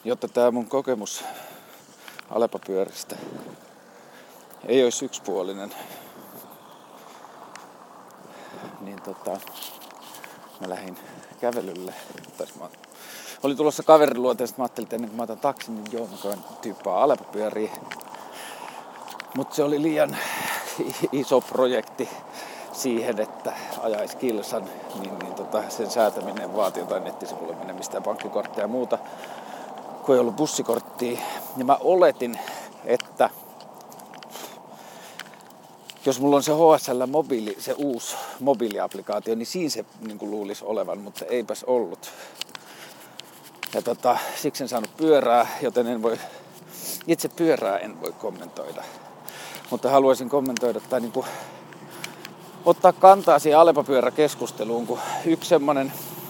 jotta tämä mun kokemus Alepa-pyöristä ei olisi yksipuolinen, niin mä lähdin kävelylle. Olin tulossa kaverin luoteen, mä ajattelin, että ennen kuin mä otan taksin, niin joo, mä käyn tyyppää Alepa-pyöriä. Mutta se oli liian iso projekti siihen, että ajaisi kilsan, sen säätäminen vaati jotain nettisivuille menemistä ja pankkikorttia ja muuta, kun ei ollut bussikorttia. Ja mä oletin, että jos mulla on se HSL-mobiili, se uusi mobiiliaplikaatio, niin siinä se niin kuin luulisi olevan, mutta eipäs ollut. Ja siksi en saanut pyörää, joten itse pyörää en voi kommentoida. Mutta haluaisin kommentoida tai niin kuin ottaa kantaa siihen Alepa-pyöräkeskusteluun, kun yksi semmoinen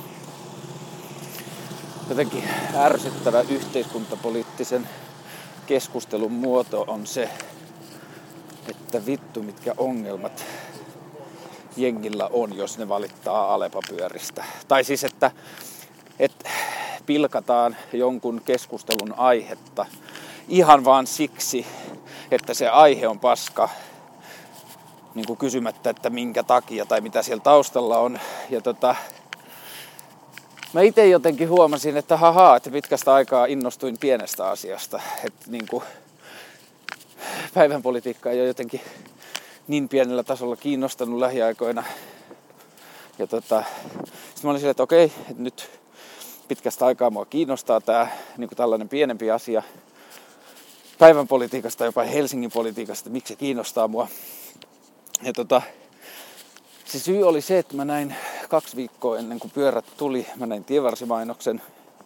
jotenkin ärsyttävä yhteiskuntapoliittisen keskustelun muoto on se, että vittu mitkä ongelmat jengillä on, jos ne valittaa Alepa-pyöristä. Tai siis, että pilkataan jonkun keskustelun aihetta ihan vaan siksi, että se aihe on paska, niin kuin kysymättä, että minkä takia tai mitä siellä taustalla on. Ja mä itse jotenkin huomasin, että että pitkästä aikaa innostuin pienestä asiasta. Että niin kuin päivän politiikka ei ole jotenkin niin pienellä tasolla kiinnostanut lähiaikoina. Ja sitten mä olin silleen, että okei, että nyt pitkästä aikaa mua kiinnostaa tää niin kuin tällainen pienempi asia päivän politiikasta, jopa Helsingin politiikasta, miksi se kiinnostaa mua. Ja se syy oli se, että mä näin 2 viikkoa ennen kuin pyörät tuli, mä näin tienvarsimainoksen,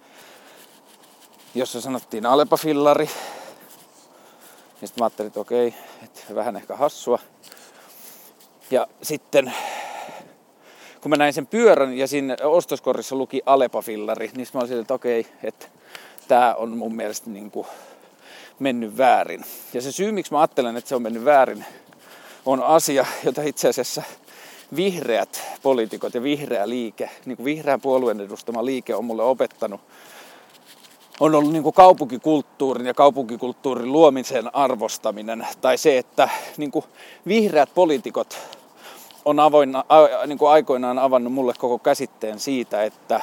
jossa sanottiin Alepa-fillari. Ja sitten mä ajattelin, että okei, että vähän ehkä hassua. Ja sitten kun mä näin sen pyörän ja siinä ostoskorissa luki Alepa-fillari, niin mä olin että okei, että tää on mun mielestä niin kuin mennyt väärin. Ja se syy, miksi mä ajattelen, että se on mennyt väärin, on asia, jota itse asiassa vihreät poliitikot ja vihreä liike, niin kuin vihreän puolueen edustama liike on mulle opettanut, on ollut niin kuin kaupunkikulttuurin ja kaupunkikulttuurin luomisen arvostaminen. Tai se, että niin kuin vihreät poliitikot on niin kuin aikoinaan avannut mulle koko käsitteen siitä, että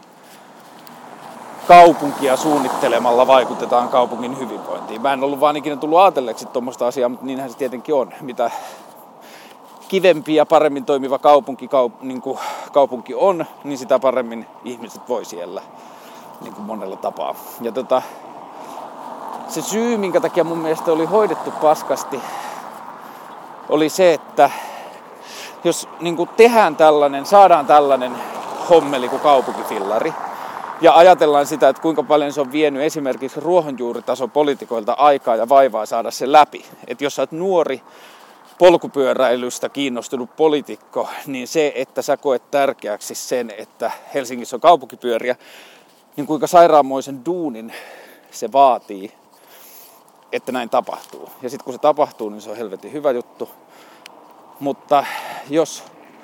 kaupunkia suunnittelemalla vaikutetaan kaupungin hyvinvointiin. Mä en ollut vaan ikinä tullut ajatelleeksi tuommoista asiaa, mutta niinhän se tietenkin on. Mitä kivempi ja paremmin toimiva kaupunki on, niin sitä paremmin ihmiset voi siellä niin kuin monella tapaa. Ja se syy, minkä takia mun mielestä oli hoidettu paskasti, oli se, että jos niin kuin saadaan tällainen hommeli kuin kaupunkifillari, ja ajatellaan sitä, että kuinka paljon se on vienyt esimerkiksi ruohonjuuritason poliitikoilta aikaa ja vaivaa saada se läpi. Että jos sä oot nuori polkupyöräilystä kiinnostunut poliitikko, niin se, että sä koet tärkeäksi sen, että Helsingissä on kaupunkipyöriä, niin kuinka sairaanmoisen duunin se vaatii, että näin tapahtuu. Ja sitten kun se tapahtuu, niin se on helvetin hyvä juttu. Mutta jos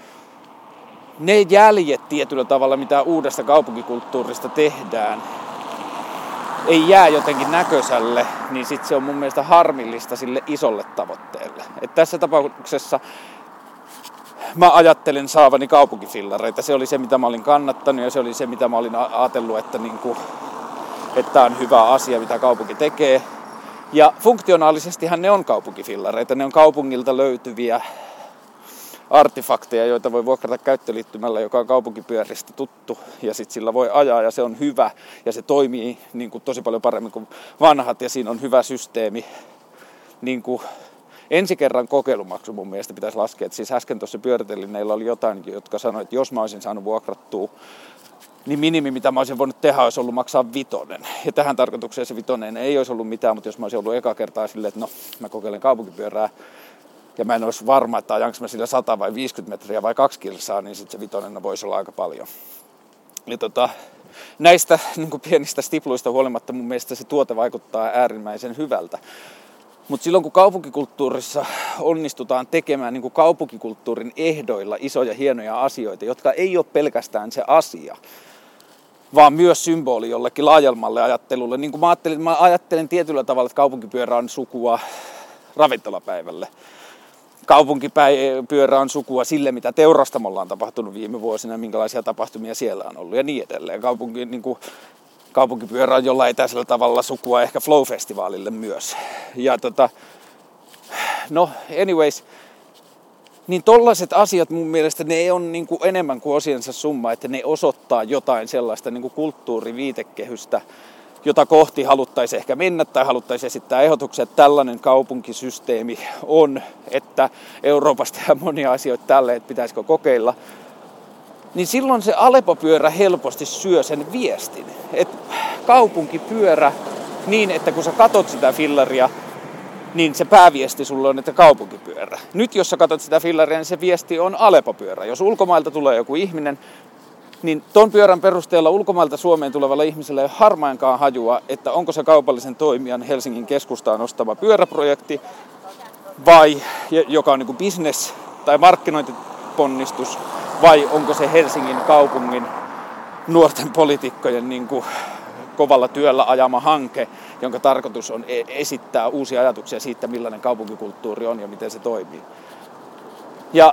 ne jäljet tietyllä tavalla, mitä uudesta kaupunkikulttuurista tehdään, ei jää jotenkin näköiselle, niin sitten se on mun mielestä harmillista sille isolle tavoitteelle. Et tässä tapauksessa mä ajattelin saavani kaupunkifillareita. Se oli se, mitä mä olin kannattanut ja se oli se, mitä mä olin ajatellut, että on hyvä asia, mitä kaupunki tekee. Ja funktionaalisestihan ne on kaupunkifillareita. Ne on kaupungilta löytyviä artefakteja, joita voi vuokrata käyttöliittymällä, joka on kaupunkipyöristä tuttu, ja sitten sillä voi ajaa, ja se on hyvä, ja se toimii niin kuin tosi paljon paremmin kuin vanhat, ja siinä on hyvä systeemi. Niin kuin ensi kerran kokeilumaksu mun mielestä pitäisi laskea, että siis äsken tuossa pyörätelineillä oli jotain, jotka sanoi, että jos mä olisin saanut vuokrattua, niin minimi, mitä mä olisin voinut tehdä, olisi ollut maksaa 5. Ja tähän tarkoitukseen se 5 ei olisi ollut mitään, mutta jos mä olisin ollut eka kertaa silleen, että no, mä kokeilen kaupunkipyörää, ja mä en olisi varma, että ajanko mä sillä 100 vai 50 metriä vai 2 kilsaa, niin sitten se 5 voisi olla aika paljon. Ja näistä niin kuin pienistä stipluista huolimatta mun mielestä se tuote vaikuttaa äärimmäisen hyvältä. Mutta silloin kun kaupunkikulttuurissa onnistutaan tekemään niin kuin kaupunkikulttuurin ehdoilla isoja hienoja asioita, jotka ei ole pelkästään se asia, vaan myös symboli jollekin laajemmalle ajattelulle. Niin kuin mä ajattelen tietyllä tavalla, että kaupunkipyörä on sukua ravintolapäivälle. Kaupunkipyörä on sukua sille, mitä teurastamolla on tapahtunut viime vuosina, minkälaisia tapahtumia siellä on ollut ja niin edelleen. Kaupunkipyörä on jollain etäisellä tavalla sukua ehkä Flow-festivaalille myös. Ja anyways, niin tollaiset asiat mun mielestä ne on niin kuin enemmän kuin osiensa summa, että ne osoittaa jotain sellaista niin kuin kulttuuriviitekehystä, jota kohti haluttaisiin ehkä mennä tai haluttaisiin esittää ehdotuksia, että tällainen kaupunkisysteemi on, että Euroopasta ja monia asioita tälle, että pitäisikö kokeilla. Niin silloin se Aleppo-pyörä helposti syö sen viestin. Että kaupunkipyörä niin, että kun sä katot sitä fillaria, niin se pääviesti sulle on, että kaupunkipyörä. Nyt jos sä katot sitä fillaria, niin se viesti on Aleppo-pyörä. Jos ulkomailta tulee joku ihminen, niin ton pyörän perusteella ulkomailta Suomeen tulevalla ihmisellä ei ole harmainkaan hajua, että onko se kaupallisen toimijan Helsingin keskustaan ostama pyöräprojekti, vai joka on niin kuin business- tai markkinointiponnistus, vai onko se Helsingin kaupungin nuorten poliitikkojen niin kuin kovalla työllä ajama hanke, jonka tarkoitus on esittää uusia ajatuksia siitä, millainen kaupunkikulttuuri on ja miten se toimii. Ja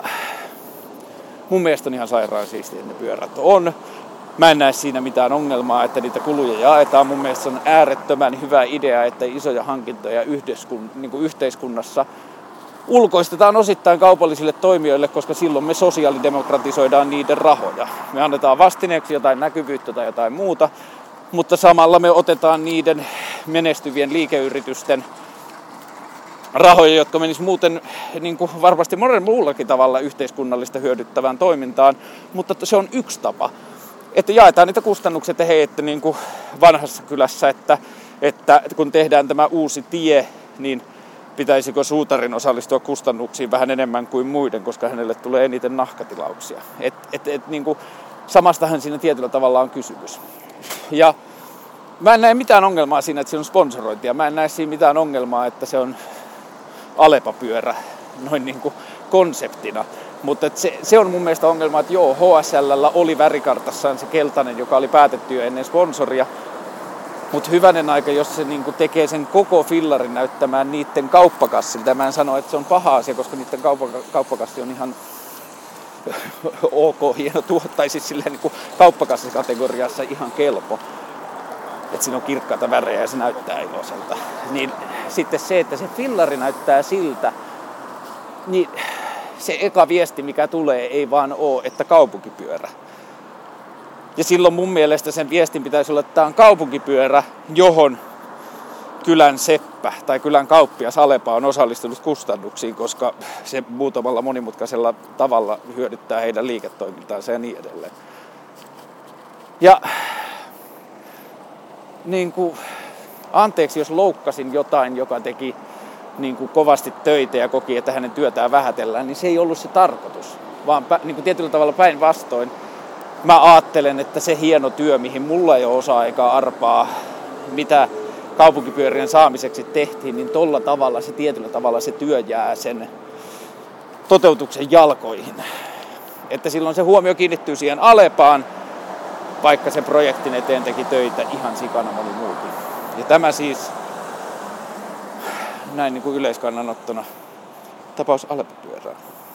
mun mielestä on ihan sairaan siistiä, että ne pyörät on. Mä en näe siinä mitään ongelmaa, että niitä kuluja jaetaan. Mun mielestä on äärettömän hyvä idea, että isoja hankintoja yhteiskunnassa ulkoistetaan osittain kaupallisille toimijoille, koska silloin me sosiaalidemokratisoidaan niiden rahoja. Me annetaan vastineeksi jotain näkyvyyttä tai jotain muuta, mutta samalla me otetaan niiden menestyvien liikeyritysten rahoja, jotka menis muuten niin kuin varmasti monen muullakin tavalla yhteiskunnallista hyödyttävään toimintaan, mutta se on yksi tapa. Että jaetaan niitä kustannuksia, että hei, että niin kuin vanhassa kylässä, että kun tehdään tämä uusi tie, niin pitäisikö suutarin osallistua kustannuksiin vähän enemmän kuin muiden, koska hänelle tulee eniten nahkatilauksia. Niin kuin samastahan siinä tietyllä tavalla on kysymys. Ja mä en näe mitään ongelmaa siinä, että siinä on sponsorointia. Mä en näe siinä mitään ongelmaa, että se on Aleppo-pyörä noin niin kuin konseptina. Mutta se on mun mielestä ongelma, että joo, HSL:llä oli värikartassaan se keltainen, joka oli päätetty jo ennen sponsoria. Mutta hyvänen aika, jos se niinku tekee sen koko fillarin näyttämään niiden kauppakassilta. Mä en sano, että se on paha asia, koska niiden kauppakassi on ihan ok, hieno tai siis silleen niinku kauppakassikategoriassa ihan kelpo. Että siinä on kirkkaita värejä ja se näyttää iloiselta. Niin sitten se, että se fillari näyttää siltä, niin se eka viesti, mikä tulee, ei vaan ole, että kaupunkipyörä. Ja silloin mun mielestä sen viestin pitäisi olla, että tämä on kaupunkipyörä, johon kylän seppä tai kylän kauppias Alepa on osallistunut kustannuksiin, koska se muutamalla monimutkaisella tavalla hyödyttää heidän liiketoimintaansa ja niin edelleen. Ja niin kuin, anteeksi, jos loukkasin jotain, joka teki niin kuin kovasti töitä ja koki, että hänen työtään vähätellään, niin se ei ollut se tarkoitus, vaan niin kuin tietyllä tavalla päinvastoin. Mä ajattelen, että se hieno työ, mihin mulla ei ole osaa eikä arpaa, mitä kaupunkipyörien saamiseksi tehtiin, niin tolla tavalla se tietyllä tavalla se työ jää sen toteutuksen jalkoihin. Että silloin se huomio kiinnittyy siihen Alepaan, vaikka se projektin eteen teki töitä ihan sikana moni muukin. Ja tämä siis näin niin kuin yleiskannanottona tapaus Aleppo-pyörään.